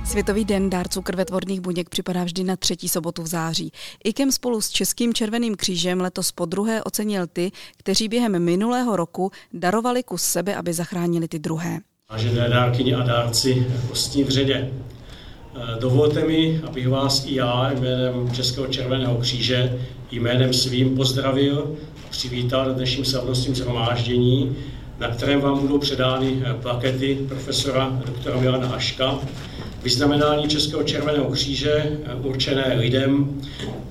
Světový den dárců krvetvorných buněk připadá vždy na 3. sobotu v září. IKEM spolu s Českým červeným křížem letos podruhé ocenil ty, kteří během minulého roku darovali kus sebe, aby zachránili ty druhé. Vážené dárkyně a dárci kostní v řadě, dovolte mi, abych vás i já jménem Českého červeného kříže jménem svým pozdravil a přivítal na dnešním slavnostním shromáždění, na kterém vám budou předány plakety profesora doktora Milana Haška, vyznamenání Českého červeného kříže určené lidem,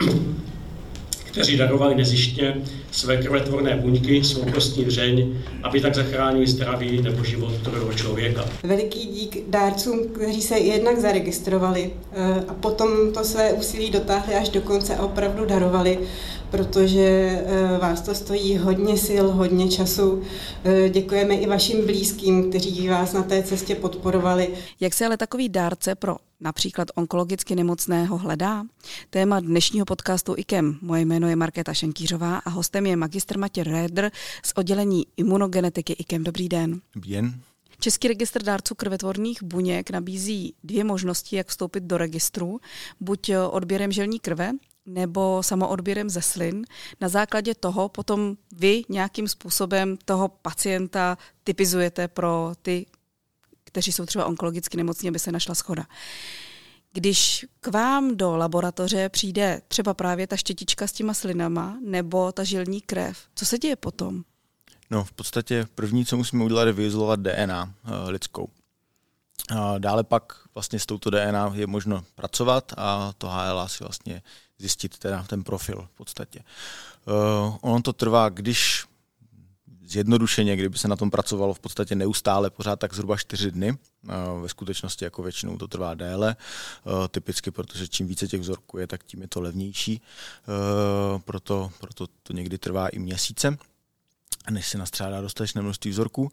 kteří darovali nezištně své krvetvorné buňky, svou kostní dřeň, aby tak zachránili zdraví nebo život druhého člověka. Veliký dík dárcům, kteří se jednak zaregistrovali a potom to své úsilí dotáhli až do konce a opravdu darovali, protože vás to stojí hodně sil, hodně času. Děkujeme i vašim blízkým, kteří vás na té cestě podporovali. Jak se ale takový dárce pro například onkologicky nemocného hledá? Téma dnešního podcastu IKEM. Moje jméno je Markéta Šenkýřová a hostem je magistr Matěj Rédr z oddělení imunogenetiky IKEM. Dobrý den. Dobrý den. Český registr dárců krvetvorných buněk nabízí 2 možnosti, jak vstoupit do registru. Buď odběrem žilní krve, nebo samoodběrem ze slin. Na základě toho potom vy nějakým způsobem toho pacienta typizujete pro ty, kteří jsou třeba onkologicky nemocní, aby se našla shoda. Když k vám do laboratoře přijde třeba právě ta štětička s těma slinama nebo ta žilní krev, co se děje potom? No, v podstatě první, co musíme udělat, je vyizolovat DNA lidskou. Dále pak vlastně s touto DNA je možno pracovat a to HLA si vlastně zjistit teda ten profil v podstatě. Ono to trvá, když zjednodušeně, kdyby se na tom pracovalo v podstatě neustále pořád, tak zhruba 4 dny. Ve skutečnosti jako většinou to trvá déle, typicky, protože čím více těch vzorků je, tak tím je to levnější. Proto to někdy trvá i měsíce, než se nastřádá dostatečné množství vzorků.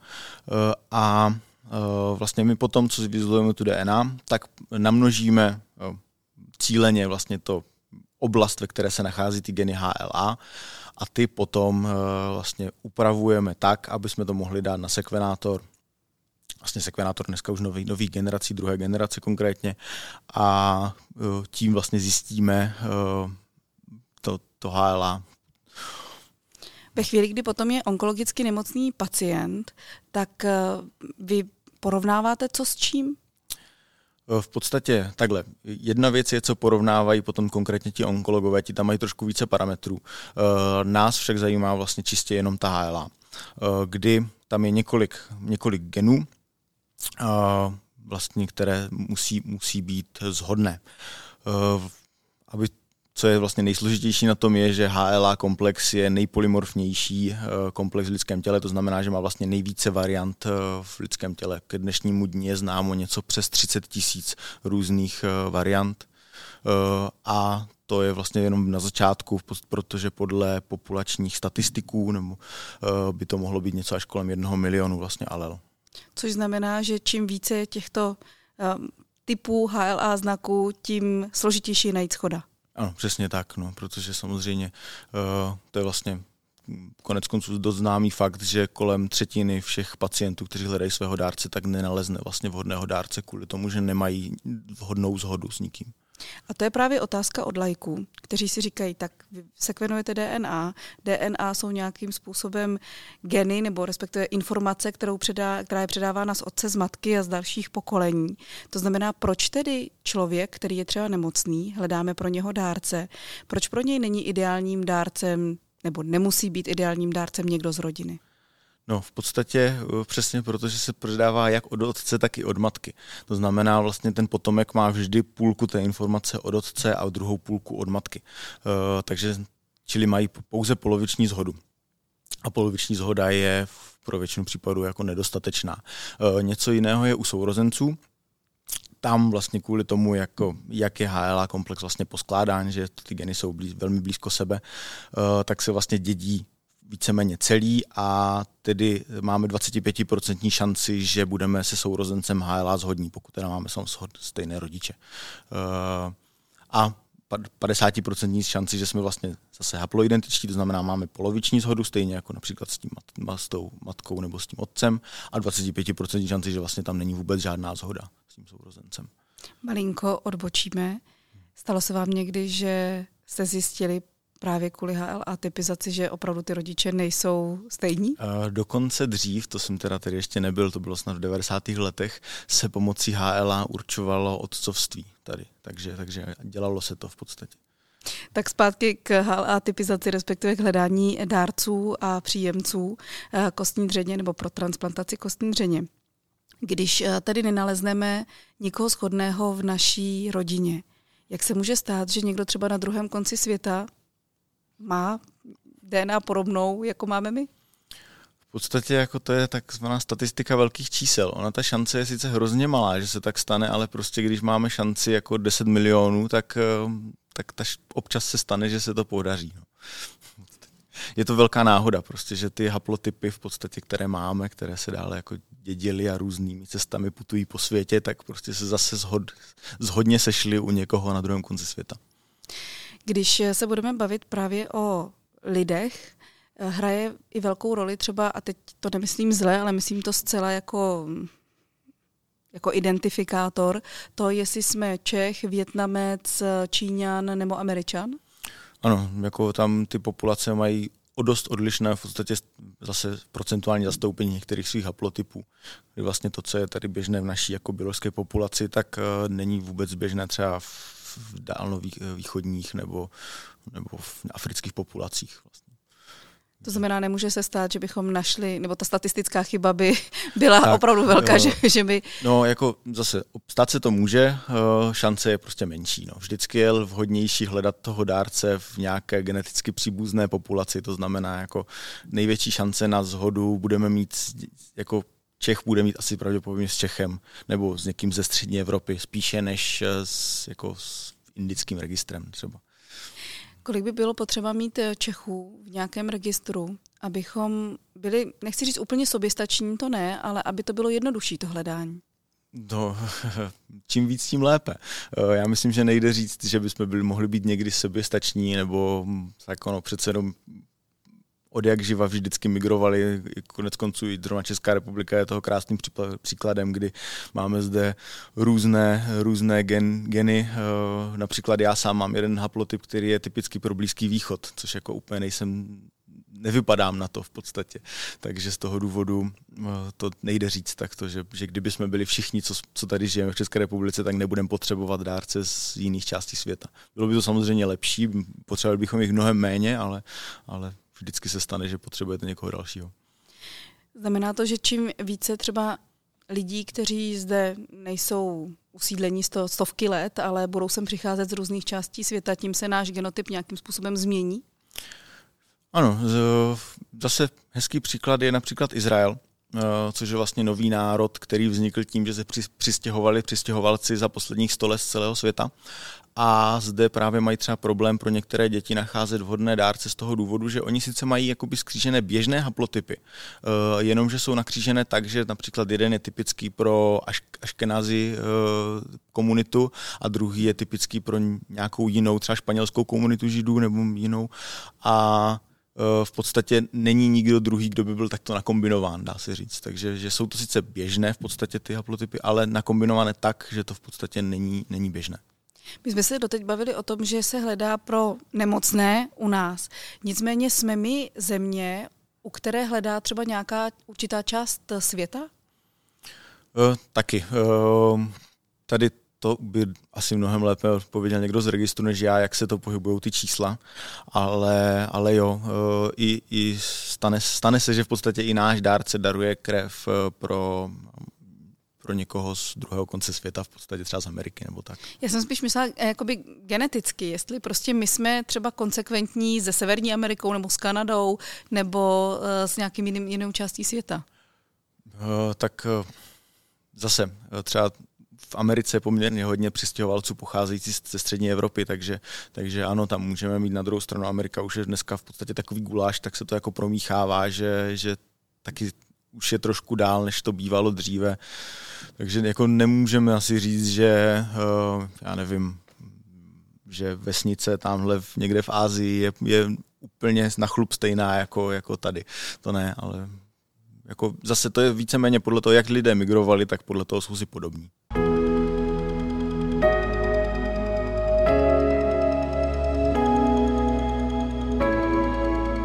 A vlastně my potom, co vyizolujeme tu DNA, tak namnožíme cíleně vlastně to oblast, ve které se nachází ty geny HLA, a ty potom vlastně upravujeme tak, aby jsme to mohli dát na sekvenátor. Vlastně sekvenátor dneska už nový generací, 2. generace konkrétně, a tím vlastně zjistíme to HLA. Ve chvíli, kdy potom je onkologicky nemocný pacient, tak vy porovnáváte co s čím? V podstatě takhle. Jedna věc je, co porovnávají potom konkrétně ti onkologové, ti tam mají trošku více parametrů. Nás však zajímá vlastně čistě jenom ta HLA, kdy tam je několik genů, vlastně, které musí být shodné. Co je vlastně nejsložitější na tom je, že HLA komplex je nejpolymorfnější komplex v lidském těle, to znamená, že má vlastně nejvíce variant v lidském těle. Ke dnešnímu dni je známo něco přes 30 000 různých variant a to je vlastně jenom na začátku, protože podle populačních statistiků by to mohlo být něco až kolem 1 milionu vlastně alel. Což znamená, že čím více těchto typů HLA znaků, tím složitější je najít shoda. Ano, přesně tak, protože samozřejmě to je vlastně konec konců dost známý fakt, že kolem 1/3 všech pacientů, kteří hledají svého dárce, tak nenalezne vlastně vhodného dárce kvůli tomu, že nemají vhodnou shodu s nikým. A to je právě otázka od laiků, kteří si říkají, tak vy sekvenujete DNA, DNA jsou nějakým způsobem geny nebo respektive informace, která je předávána z otce, z matky a z dalších pokolení. To znamená, proč tedy člověk, který je třeba nemocný, hledáme pro něho dárce, proč pro něj není ideálním dárcem nebo nemusí být ideálním dárcem někdo z rodiny? No, v podstatě přesně protože se předává jak od otce, tak i od matky. To znamená, vlastně ten potomek má vždy půlku té informace od otce a druhou půlku od matky. Čili mají pouze poloviční shodu. A poloviční shoda je pro většinu případů jako nedostatečná. Něco jiného je u sourozenců. Tam vlastně kvůli tomu, jak je HLA komplex vlastně poskládán, že ty geny jsou velmi blízko sebe, tak se vlastně dědí víceméně celý a tedy máme 25% šanci, že budeme se sourozencem HLA shodní, pokud teda máme stejné rodiče. A 50% šanci, že jsme vlastně zase haploidentičtí, to znamená máme poloviční shodu, stejně jako například s tou matkou nebo s tím otcem, a 25% šanci, že vlastně tam není vůbec žádná shoda s tím sourozencem. Malinko odbočíme. Stalo se vám někdy, že jste zjistili právě kvůli HLA typizaci, že opravdu ty rodiče nejsou stejní? Dokonce dřív, to jsem teda tady ještě nebyl, to bylo snad v 90. letech, se pomocí HLA určovalo otcovství tady, takže dělalo se to v podstatě. Tak zpátky k HLA typizaci, respektive k hledání dárců a příjemců kostní dřeně nebo pro transplantaci kostní dřeně. Když tady nenalezneme nikoho shodného v naší rodině, jak se může stát, že někdo třeba na druhém konci světa má DNA podobnou, jako máme my? V podstatě jako to je takzvaná statistika velkých čísel. Ona ta šance je sice hrozně malá, že se tak stane, ale prostě když máme šanci jako 10 milionů, tak občas se stane, že se to podaří. No. Je to velká náhoda prostě, že ty haplotypy v podstatě, které máme, které se dále jako dědily a různými cestami putují po světě, tak prostě se zase zhodně sešly u někoho na druhém konci světa. Když se budeme bavit právě o lidech, hraje i velkou roli třeba, a teď to nemyslím zle, ale myslím to zcela jako identifikátor, to, jestli jsme Čech, Vietnamec, Číňan nebo Američan? Ano, jako tam ty populace mají o dost odlišné v podstatě zase procentuální zastoupení některých svých haplotypů. Kdy vlastně to, co je tady běžné v naší jako biologické populaci, tak není vůbec běžné třeba v dálnovýchodních nebo v afrických populacích. Vlastně. To znamená, nemůže se stát, že bychom našli, nebo ta statistická chyba by byla tak, opravdu velká, že by... No, jako zase, stát se to může, šance je prostě menší. No. Vždycky je vhodnější hledat toho dárce v nějaké geneticky příbuzné populaci, to znamená, jako největší šance na shodu budeme mít, jako Čech bude mít asi pravděpodobně s Čechem, nebo s někým ze střední Evropy, spíše než s indickým registrem třeba. Kolik by bylo potřeba mít Čechů v nějakém registru, abychom byli, nechci říct úplně soběstační, to ne, ale aby to bylo jednodušší to hledání? No, čím víc, tím lépe. Já myslím, že nejde říct, že bychom mohli být někdy soběstační, nebo tak ono přece jenom od jak živa vždycky migrovali, konec konců i zrovna Česká republika je toho krásným příkladem, kdy máme zde různé geny. Například já sám mám jeden haplotyp, který je typický pro Blízký východ, což jako úplně nevypadám na to v podstatě. Takže z toho důvodu to nejde říct takto, že kdyby jsme byli všichni, co tady žijeme v České republice, tak nebudeme potřebovat dárce z jiných částí světa. Bylo by to samozřejmě lepší, potřebovali bychom jich mnohem méně, ale vždycky se stane, že potřebujete někoho dalšího. Znamená to, že čím více třeba lidí, kteří zde nejsou usídlení stovky let, ale budou sem přicházet z různých částí světa, tím se náš genotyp nějakým způsobem změní? Ano, zase hezký příklad je například Izrael, což je vlastně nový národ, který vznikl tím, že se přistěhovali přistěhovalci za posledních 100 let z celého světa. A zde právě mají třeba problém pro některé děti nacházet vhodné dárce z toho důvodu, že oni sice mají jakoby skřížené běžné haplotypy, jenomže jsou nakřížené tak, že například jeden je typický pro aškenazi komunitu a druhý je typický pro nějakou jinou, třeba španělskou komunitu židů nebo jinou. A v podstatě není nikdo druhý, kdo by byl takto nakombinován, dá se říct. Takže že jsou to sice běžné v podstatě ty haplotypy, ale nakombinované tak, že to v podstatě není běžné. My jsme se doteď bavili o tom, že se hledá pro nemocné u nás. Nicméně jsme my země, u které hledá třeba nějaká určitá část světa? Taky. Tady to by asi mnohem lépe odpověděl někdo z registru než já, jak se to pohybují ty čísla, ale jo, i stane se, že v podstatě i náš dárce daruje krev pro někoho z druhého konce světa, v podstatě třeba z Ameriky nebo tak. Já jsem spíš myslela jakoby geneticky, jestli prostě my jsme třeba konsekventní se Severní Amerikou nebo s Kanadou nebo s nějakým jinou částí světa. Tak zase třeba v Americe je poměrně hodně přistěhovalců pocházející ze střední Evropy, takže ano, tam můžeme mít na druhou stranu. Amerika už je dneska v podstatě takový guláš, tak se to jako promíchává, že taky už je trošku dál, než to bývalo dříve. Takže jako nemůžeme asi říct, že já nevím, že vesnice tamhle někde v Asii je úplně na chlup stejná jako tady. To ne, ale jako zase to je víceméně podle toho, jak lidé migrovali, tak podle toho jsou si podobní.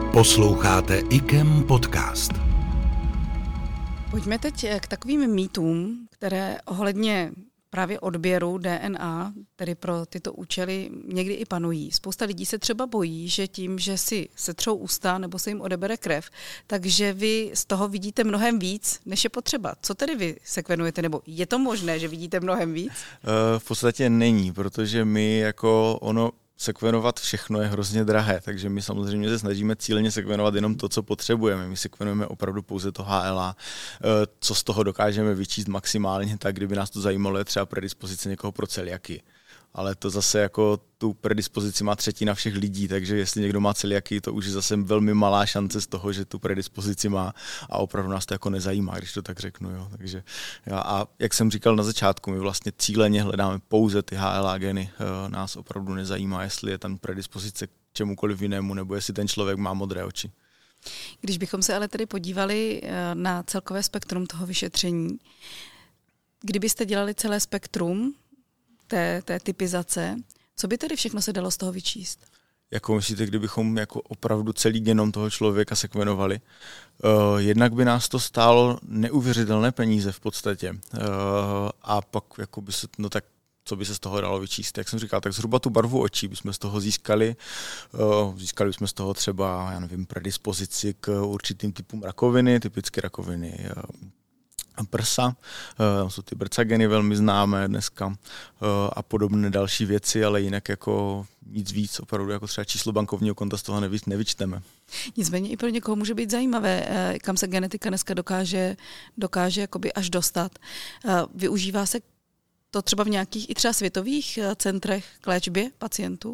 Posloucháte IKEM podcast. Pojďme teď k takovým mýtům, které ohledně právě odběru DNA, tedy pro tyto účely, někdy i panují. Spousta lidí se třeba bojí, že tím, že si setřou ústa nebo se jim odebere krev, takže vy z toho vidíte mnohem víc, než je potřeba. Co tedy vy sekvenujete, nebo je to možné, že vidíte mnohem víc? V podstatě není, protože my sekvenovat všechno je hrozně drahé, takže my samozřejmě se snažíme cíleně sekvenovat jenom to, co potřebujeme. My sekvenujeme opravdu pouze to HLA, co z toho dokážeme vyčíst maximálně, tak kdyby nás to zajímalo, je třeba predispozice někoho pro celiaky. Ale to zase jako tu predispozici má třetina všech lidí, takže jestli někdo má celiaky, to už je zase velmi malá šance z toho, že tu predispozici má a opravdu nás to jako nezajímá, když to tak řeknu. Jo. Takže a jak jsem říkal na začátku, my vlastně cíleně hledáme pouze ty HLA geny, nás opravdu nezajímá, jestli je tam predispozice k čemukoliv jinému, nebo jestli ten člověk má modré oči. Když bychom se ale tedy podívali na celkové spektrum toho vyšetření, kdybyste dělali celé spektrum té typizace, co by tedy všechno se dalo z toho vyčíst? Jako myslíte, kdybychom jako opravdu celý genom toho člověka sekvenovali? Jednak by nás to stálo neuvěřitelné peníze v podstatě. A pak jako by se, tak co by se z toho dalo vyčíst? Jak jsem říkal, tak zhruba tu barvu očí bychom z toho získali. Získali bychom z toho třeba, predispozici k určitým typům rakoviny, typicky rakoviny prsa, tam jsou ty brcageny velmi známé dneska a podobné další věci, ale jinak jako nic víc, opravdu jako třeba číslo bankovního konta z toho nevyčteme. Nicméně i pro někoho může být zajímavé, kam se genetika dneska dokáže jakoby až dostat. Využívá se to třeba v nějakých i třeba světových centrech k léčbě pacientů?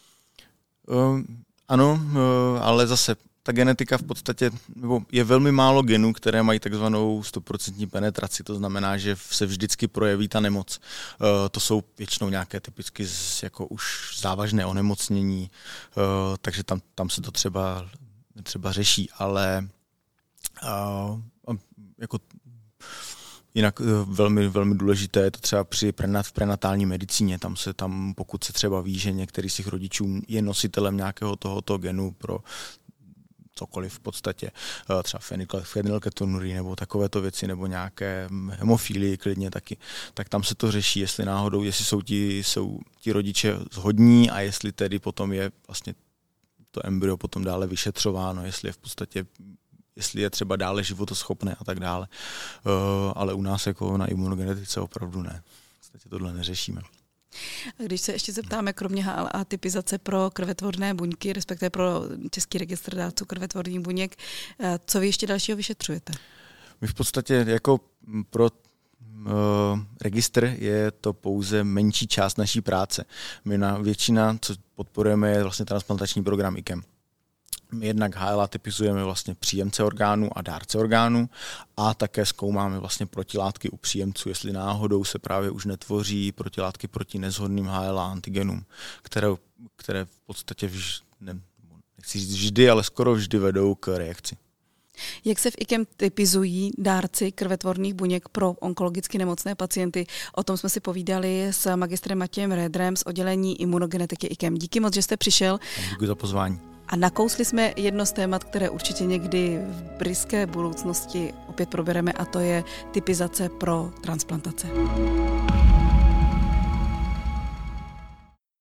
Ano, ale zase ta genetika v podstatě, nebo je velmi málo genů, které mají takzvanou 100% penetraci, to znamená, že se vždycky projeví ta nemoc. To jsou většinou nějaké typicky jako už závažné onemocnění, takže tam se to třeba řeší, ale jako jinak velmi, velmi důležité je to třeba v prenatální medicíně. Tam pokud se třeba ví, že některý z těch rodičů je nositelem nějakého tohoto genu pro cokoliv v podstatě, třeba fenylketonurii nebo takovéto věci, nebo nějaké hemofílie klidně taky, tak tam se to řeší, jestli náhodou, jestli jsou ti rodiče shodní a jestli tedy potom je vlastně to embryo potom dále vyšetřováno, jestli je třeba dále životoschopné a tak dále. Ale u nás jako na imunogenetice opravdu ne. V podstatě tohle neřešíme. Když se ještě zeptáme, kromě HLA typizace pro krvetvorné buňky, respektive pro Český registr dárců krvetvorných buněk, co vy ještě dalšího vyšetřujete? My v podstatě jako pro registr je to pouze menší část naší práce. Většina, co podporujeme, je vlastně transplantační program IKEM. My jednak HLA typizujeme vlastně příjemce orgánů a dárce orgánů a také zkoumáme vlastně protilátky u příjemců, jestli náhodou se právě už netvoří protilátky proti neshodným HLA antigenům, které v podstatě nechci říct vždy, ale skoro vždy vedou k reakci. Jak se v IKEM typizují dárci krvetvorných buněk pro onkologicky nemocné pacienty? O tom jsme si povídali s magistrem Matějem Rédrem z oddělení imunogenetiky IKEM. Díky moc, že jste přišel. Děkuji za pozvání. A nakousli jsme jedno z témat, které určitě někdy v blízké budoucnosti opět probereme, a to je typizace pro transplantace.